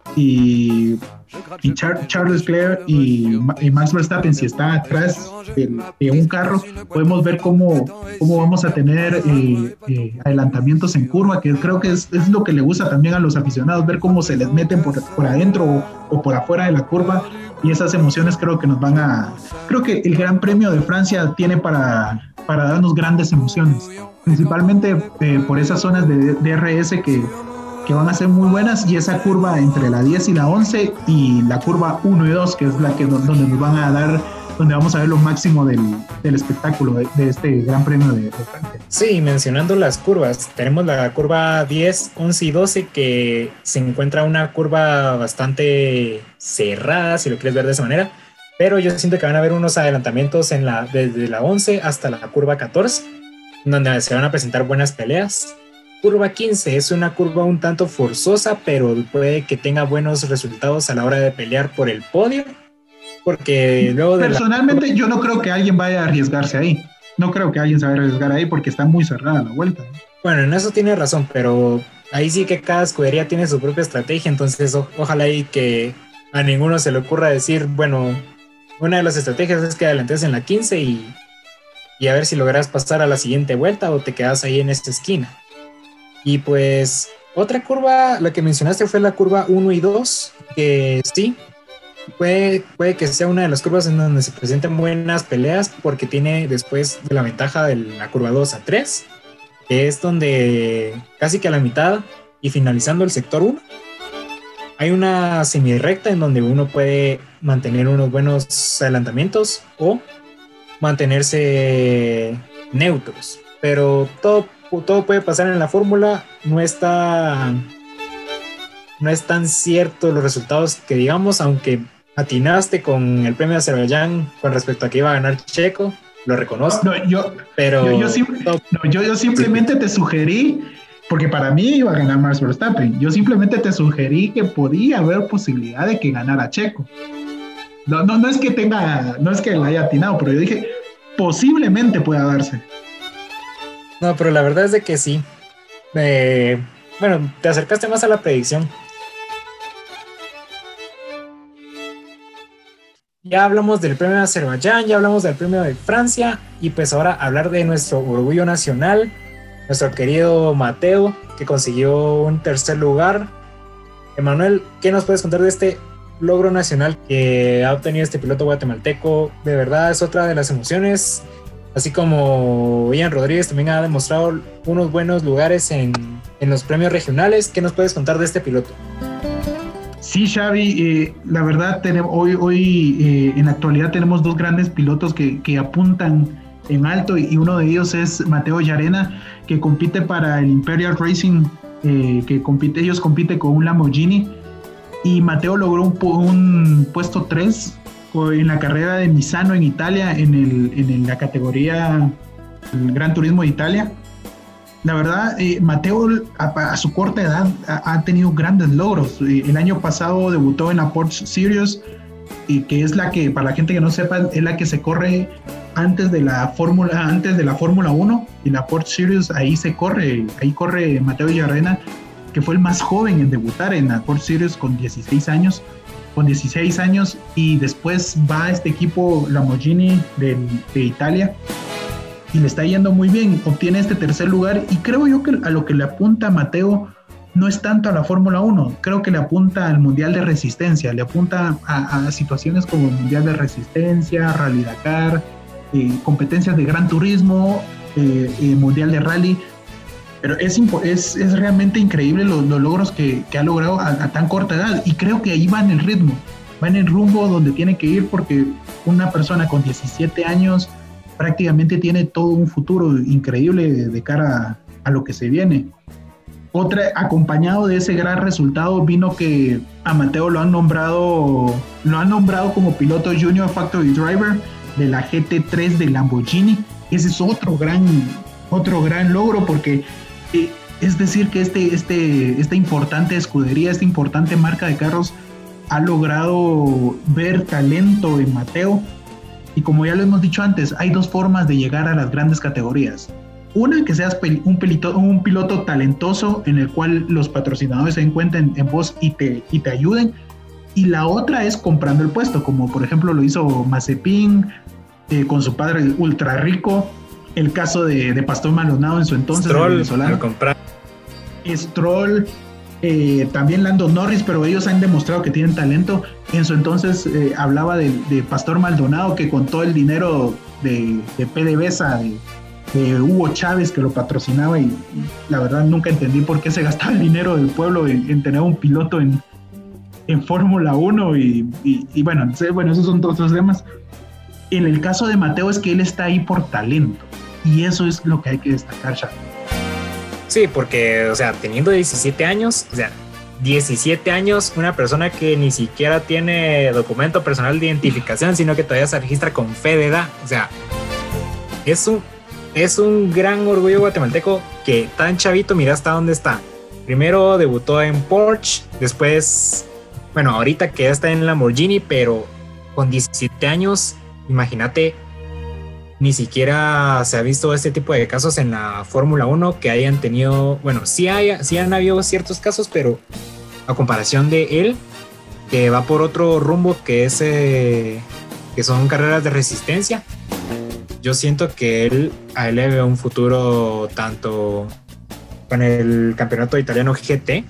y, y Char, Charles Leclerc y, y Max Verstappen, si está atrás de, de un carro, podemos ver cómo, cómo vamos a tener eh, eh, adelantamientos en curva, que creo que es, es lo que le gusta también a los aficionados, ver cómo se les meten por, por adentro o, o por afuera de la curva, y esas emociones creo que nos van a... Creo que el Gran Premio de Francia tiene para, para darnos grandes emociones, principalmente eh, por esas zonas de D R S que que van a ser muy buenas, y esa curva entre la diez y la once y la curva uno y dos, que es la que donde nos van a dar, donde vamos a ver lo máximo del, del espectáculo de, de este Gran Premio de, de Francia. Sí, mencionando las curvas, tenemos la curva diez, once y doce, que se encuentra una curva bastante cerrada, si lo quieres ver de esa manera, pero yo siento que van a haber unos adelantamientos en la, desde la once hasta la curva catorce, donde se van a presentar buenas peleas. Curva quince es una curva un tanto forzosa, pero puede que tenga buenos resultados a la hora de pelear por el podio, porque luego de personalmente la... yo no creo que alguien vaya a arriesgarse ahí, no creo que alguien se vaya a arriesgar ahí porque está muy cerrada la vuelta. Bueno, en eso tiene razón, pero ahí sí que cada escudería tiene su propia estrategia, entonces o- ojalá y que a ninguno se le ocurra decir, bueno, una de las estrategias es que adelantes en la quince y, y a ver si logras pasar a la siguiente vuelta o te quedas ahí en esta esquina. Y pues otra curva, la que mencionaste fue la curva uno y dos, que sí, puede, puede que sea una de las curvas en donde se presenten buenas peleas, porque tiene después de la ventaja de la curva dos a tres, que es donde casi que a la mitad y finalizando el sector uno, hay una semirecta en donde uno puede mantener unos buenos adelantamientos o mantenerse neutros, pero todo todo puede pasar en la fórmula, no está no es tan cierto los resultados que digamos, aunque atinaste con el premio de Azerbaiyán con respecto a que iba a ganar Checo, lo reconozco. No, yo, pero yo, yo, sim- no, yo, yo simplemente sí. te sugerí, porque para mí iba a ganar Max Verstappen, yo simplemente te sugerí que podía haber posibilidad de que ganara Checo. No, no, no es que tenga, no es que la haya atinado, pero yo dije, posiblemente pueda darse. No, pero la verdad es de que sí. Eh, bueno, te acercaste más a la predicción. Ya hablamos del premio de Azerbaiyán, ya hablamos del premio de Francia, y pues ahora hablar de nuestro orgullo nacional, nuestro querido Mateo, que consiguió un tercer lugar. Emanuel, ¿qué nos puedes contar de este logro nacional que ha obtenido este piloto guatemalteco? De verdad es otra de las emociones. Así como Ian Rodríguez también ha demostrado unos buenos lugares en, en los premios regionales. ¿Qué nos puedes contar de este piloto? Sí, Xavi, eh, la verdad, tenemos, hoy, hoy eh, en la actualidad tenemos dos grandes pilotos que, que apuntan en alto, y, y uno de ellos es Mateo Llarena, que compite para el Imperial Racing, eh, que compite, ellos compiten con un Lamborghini, y Mateo logró un, un puesto tres en la carrera de Misano en Italia, en, el, en la categoría el Gran Turismo de Italia. La verdad, eh, Mateo a, a su corta edad ha, ha tenido grandes logros. Eh, el año pasado debutó en la Porsche Series, y que es la que, para la gente que no sepa, es la que se corre antes de la Fórmula antes de la Fórmula uno, y la Porsche Series ahí se corre, ahí corre Mateo Llarena, que fue el más joven en debutar en la Porsche Series con dieciséis años. con dieciséis años, y después va a este equipo Lamborghini de, de Italia y le está yendo muy bien, obtiene este tercer lugar, y creo yo que a lo que le apunta Mateo no es tanto a la Fórmula uno, creo que le apunta al Mundial de Resistencia, le apunta a, a situaciones como el Mundial de Resistencia, Rally Dakar, eh, competencias de Gran Turismo, eh, eh, Mundial de Rally. Pero es, es, es realmente increíble los, los logros que, que ha logrado a, a tan corta edad, y creo que ahí va en el ritmo, va en el rumbo donde tiene que ir, porque una persona con diecisiete años prácticamente tiene todo un futuro increíble de, de cara a, a lo que se viene. otra, acompañado de ese gran resultado, vino que a Mateo lo han nombrado, lo han nombrado como piloto Junior Factory Driver de la G T tres de Lamborghini. Ese es otro gran, otro gran logro, porque eh, es decir que este, este, esta importante escudería, esta importante marca de carros ha logrado ver talento en Mateo. Y como ya lo hemos dicho antes, hay dos formas de llegar a las grandes categorías. Una, que seas un piloto, un piloto talentoso en el cual los patrocinadores se encuentren en vos y te, y te ayuden. Y la otra es comprando el puesto, como por ejemplo lo hizo Mazepin eh, con su padre ultra rico. El caso de, de Pastor Maldonado en su entonces. Stroll, al comprar. Stroll, eh, también Lando Norris, pero ellos han demostrado que tienen talento. En su entonces eh, hablaba de, de Pastor Maldonado, que con todo el dinero de, de PDVSA, de de Hugo Chávez, que lo patrocinaba, y, y la verdad nunca entendí por qué se gastaba el dinero del pueblo en, en tener un piloto en, en Fórmula uno y, y, y bueno, bueno, esos son otros temas. En el caso de Mateo es que él está ahí por talento, y eso es lo que hay que destacar, Charlie. Sí, porque, o sea, teniendo diecisiete años, o sea, diecisiete años, una persona que ni siquiera tiene documento personal de identificación, sino que todavía se registra con fe de edad, o sea, es un Es un gran orgullo guatemalteco que tan chavito, mira hasta dónde está. Primero debutó en Porsche, después, bueno, ahorita que ya está en Lamborghini, pero con diecisiete años, imagínate, ni siquiera se ha visto este tipo de casos en la Fórmula uno que hayan tenido, bueno, sí, hay, sí han habido ciertos casos, pero a comparación de él, que va por otro rumbo que es, eh, que son carreras de resistencia. Yo siento que él, a él le ve un futuro tanto con el campeonato italiano G T,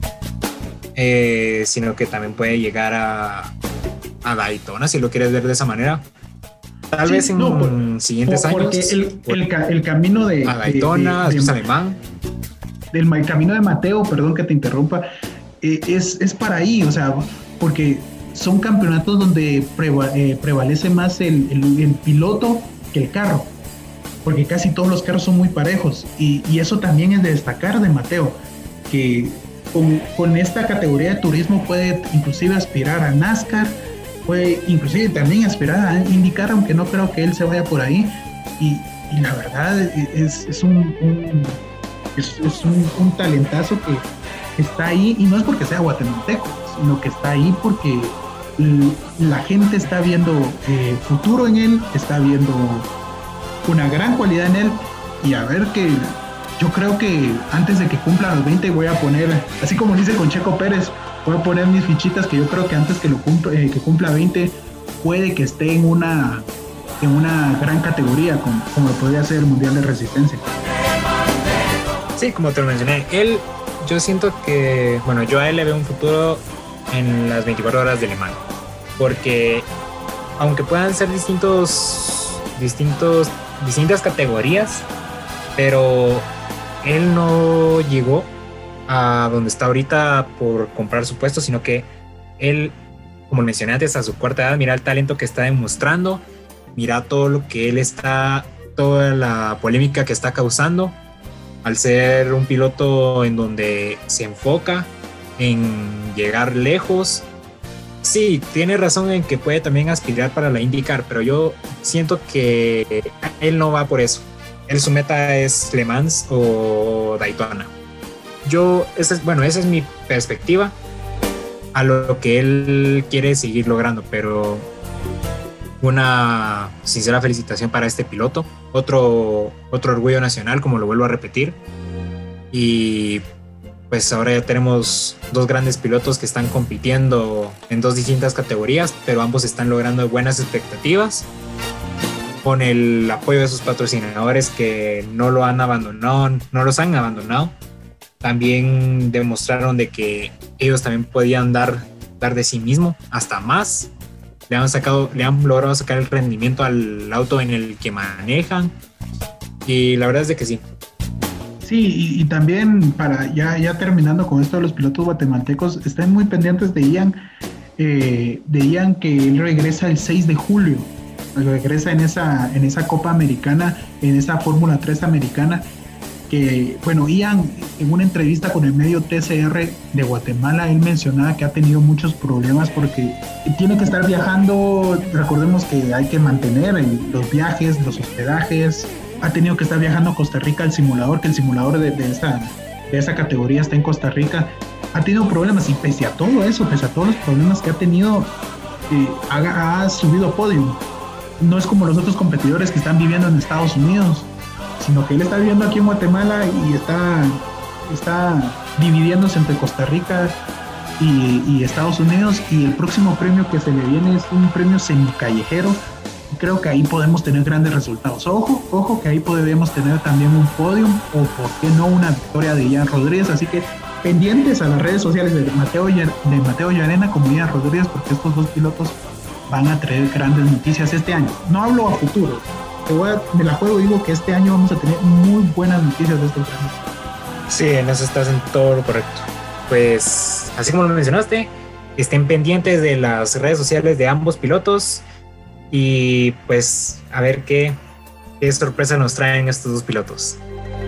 eh, sino que también puede llegar a, a Daytona, si lo quieres ver de esa manera. Tal sí, vez en no, por, siguientes por, porque años. El, el, el camino de... A Daytona, de, de, después de, Alemán. Del el camino de Mateo, perdón que te interrumpa, eh, es, es para ahí, o sea, porque son campeonatos donde preva, eh, prevalece más el, el, el piloto que el carro, porque casi todos los carros son muy parejos, y, y eso también es de destacar de Mateo, que con, con esta categoría de turismo puede inclusive aspirar a NASCAR, puede inclusive también aspirar a IndyCar, aunque no creo que él se vaya por ahí, y, y la verdad es, es, un, un, es, es un, un talentazo que está ahí, y no es porque sea guatemalteco, sino que está ahí porque la gente está viendo eh, futuro en él, está viendo una gran cualidad en él, y a ver, que yo creo que antes de que cumpla los veinte voy a poner, así como dice con Checo Pérez, voy a poner mis fichitas, que yo creo que antes que lo cumpla, eh, que cumpla veinte puede que esté en una en una gran categoría como, como podría ser el Mundial de Resistencia. Sí, como te lo mencioné, él, yo siento que, bueno, yo a él le veo un futuro en las veinticuatro horas de Le Mans, porque aunque puedan ser distintos distintos distintas categorías, pero él no llegó a donde está ahorita por comprar su puesto, sino que él, como mencioné antes, a su cuarta edad, mira el talento que está demostrando, mira todo lo que él está, toda la polémica que está causando al ser un piloto en donde se enfoca en llegar lejos. Sí, tiene razón en que puede también aspirar para la IndyCar, pero yo siento que él no va por eso. Él, su meta es Le Mans o Daytona. Yo, esa es, bueno, esa es mi perspectiva a lo que él quiere seguir logrando, pero una sincera felicitación para este piloto, otro, otro orgullo nacional, como lo vuelvo a repetir, y pues ahora ya tenemos dos grandes pilotos que están compitiendo en dos distintas categorías, pero ambos están logrando buenas expectativas con el apoyo de sus patrocinadores que no lo han abandonado, no los han abandonado. También demostraron de que ellos también podían dar, dar de sí mismo hasta más. Le han sacado, le han logrado sacar el rendimiento al auto en el que manejan, y la verdad es de que sí. Sí, y, y también para ya, ya terminando con esto de los pilotos guatemaltecos, estén muy pendientes de Ian, eh, de Ian, que él regresa el seis de julio, regresa en esa, en esa Copa Americana, en esa Fórmula tres americana, que, bueno, Ian, en una entrevista con el medio T C R de Guatemala, él mencionaba que ha tenido muchos problemas porque tiene que estar viajando, recordemos que hay que mantener el, los viajes, los hospedajes, ha tenido que estar viajando a Costa Rica al simulador, que el simulador de, de, esa, de esa categoría está en Costa Rica, ha tenido problemas y pese a todo eso, pese a todos los problemas que ha tenido, eh, ha, ha subido podio. No es como los otros competidores que están viviendo en Estados Unidos, sino que él está viviendo aquí en Guatemala y está, está dividiéndose entre Costa Rica y, y Estados Unidos, y el próximo premio que se le viene es un premio semicallejero. Creo que ahí podemos tener grandes resultados. Ojo, ojo que ahí podemos tener también un podium o por qué no una victoria de Ian Rodríguez, así que pendientes a las redes sociales de Mateo, de Mateo Llarena como Ian Rodríguez, porque estos dos pilotos van a traer grandes noticias este año. No hablo a futuro, te voy a, me la juego, digo que este año vamos a tener muy buenas noticias de este premio. Sí, en eso estás en todo lo correcto. Pues, así como lo mencionaste, estén pendientes de las redes sociales de ambos pilotos y pues a ver qué, qué sorpresa nos traen estos dos pilotos.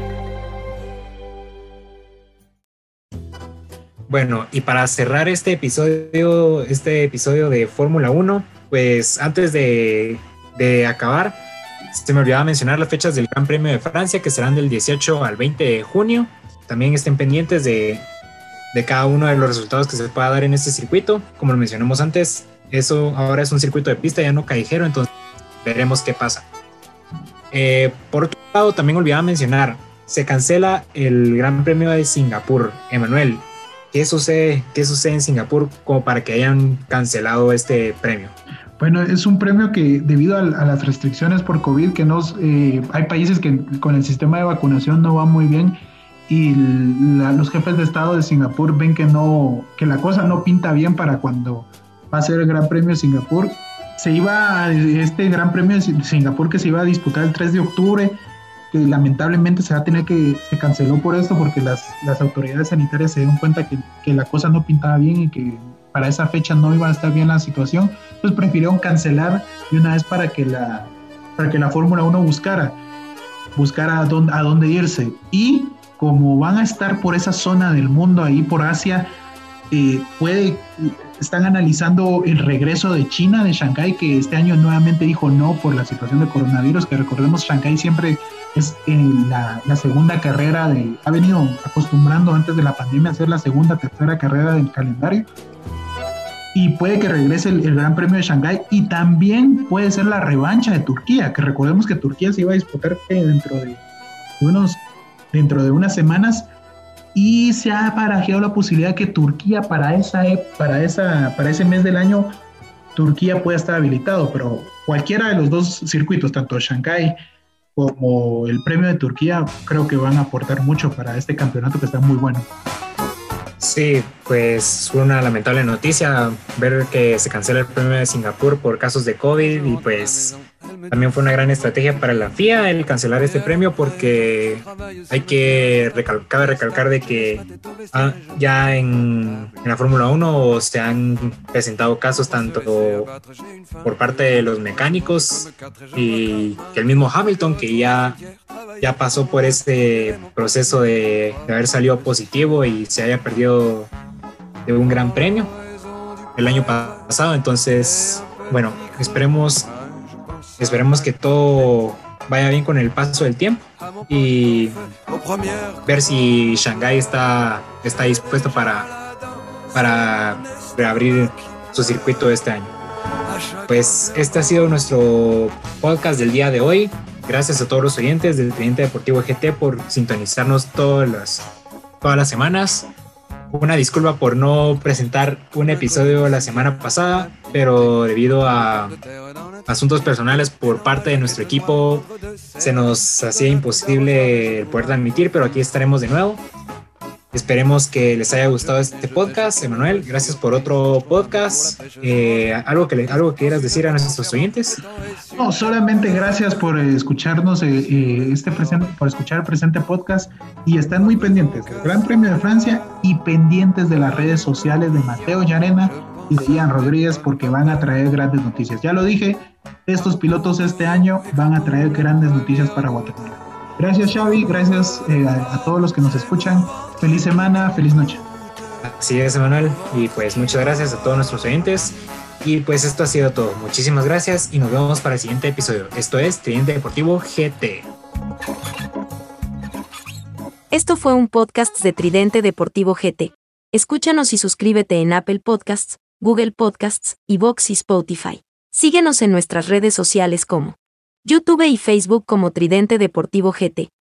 Bueno, y para cerrar este episodio, este episodio de Fórmula uno, pues antes de, de acabar, se me olvidaba mencionar las fechas del Gran Premio de Francia, que serán del dieciocho al veinte de junio. También estén pendientes de, de cada uno de los resultados que se pueda dar en este circuito. Como lo mencionamos antes, eso ahora es un circuito de pista, ya no callejero, entonces veremos qué pasa. Eh, por otro lado, también olvidaba mencionar, se cancela el Gran Premio de Singapur. Emanuel, ¿Qué sucede, ¿Qué sucede en Singapur como para que hayan cancelado este premio? Bueno, es un premio que debido a, a las restricciones por COVID, que nos, eh, hay países que con el sistema de vacunación no va muy bien y la, los jefes de estado de Singapur ven que, no, que la cosa no pinta bien para cuando va a ser el Gran Premio de Singapur. Se iba a, este Gran Premio de Singapur que se iba a disputar el tres de octubre, que lamentablemente se va a tener que, se canceló por esto porque las, las autoridades sanitarias se dieron cuenta que, que la cosa no pintaba bien y que para esa fecha no iba a estar bien la situación, pues prefirieron cancelar de una vez para que la, para que la Fórmula uno buscara, buscara a dónde, a dónde irse. Y como van a estar por esa zona del mundo, ahí por Asia, eh, puede, están analizando el regreso de China, de Shanghái, que este año nuevamente dijo no por la situación de coronavirus, que recordemos Shanghái siempre es en la, la segunda carrera, de, ha venido acostumbrando antes de la pandemia a ser la segunda, tercera carrera del calendario, y puede que regrese el, el Gran Premio de Shanghái, y también puede ser la revancha de Turquía, que recordemos que Turquía se iba a disputar dentro de, de unos, dentro de unas semanas, y se ha barajeado la posibilidad que Turquía para, esa, para, esa, para ese mes del año, Turquía pueda estar habilitado, pero cualquiera de los dos circuitos, tanto Shanghái como el premio de Turquía, creo que van a aportar mucho para este campeonato que está muy bueno. Sí, pues fue una lamentable noticia ver que se cancela el premio de Singapur por casos de COVID, y pues también fue una gran estrategia para la F I A el cancelar este premio, porque hay que recalcar, cabe recalcar de que ah, ya en, en la Fórmula uno se han presentado casos tanto por parte de los mecánicos y que el mismo Hamilton, que ya, ya pasó por este proceso de, de haber salido positivo y se haya perdido de un gran premio el año pasado. Entonces, bueno, esperemos esperemos que todo vaya bien con el paso del tiempo y ver si Shanghái está, está dispuesto para, para reabrir su circuito este año. Pues este ha sido nuestro podcast del día de hoy. Gracias a todos los oyentes del Tridente Deportivo G T por sintonizarnos todas las, todas las semanas. Una disculpa por no presentar un episodio la semana pasada, pero debido a asuntos personales por parte de nuestro equipo se nos hacía imposible poder transmitir, pero aquí estaremos de nuevo. Esperemos que les haya gustado este podcast. Emanuel, gracias por otro podcast. Eh, ¿algo, que le, ¿Algo que quieras decir a nuestros oyentes? No, solamente gracias por escucharnos, eh, eh, este presente, por escuchar el presente podcast, y están muy pendientes del Gran Premio de Francia y pendientes de las redes sociales de Mateo Llarena y de Ian Rodríguez, porque van a traer grandes noticias. Ya lo dije, estos pilotos este año van a traer grandes noticias para Guatemala. Gracias, Xavi, gracias eh, a, a todos los que nos escuchan. Feliz semana, feliz noche. Así es, Emanuel, y pues muchas gracias a todos nuestros oyentes. Y pues esto ha sido todo. Muchísimas gracias y nos vemos para el siguiente episodio. Esto es Tridente Deportivo G T. Esto fue un podcast de Tridente Deportivo G T. Escúchanos y suscríbete en Apple Podcasts, Google Podcasts, iVoox y Spotify. Síguenos en nuestras redes sociales como YouTube y Facebook como Tridente Deportivo G T.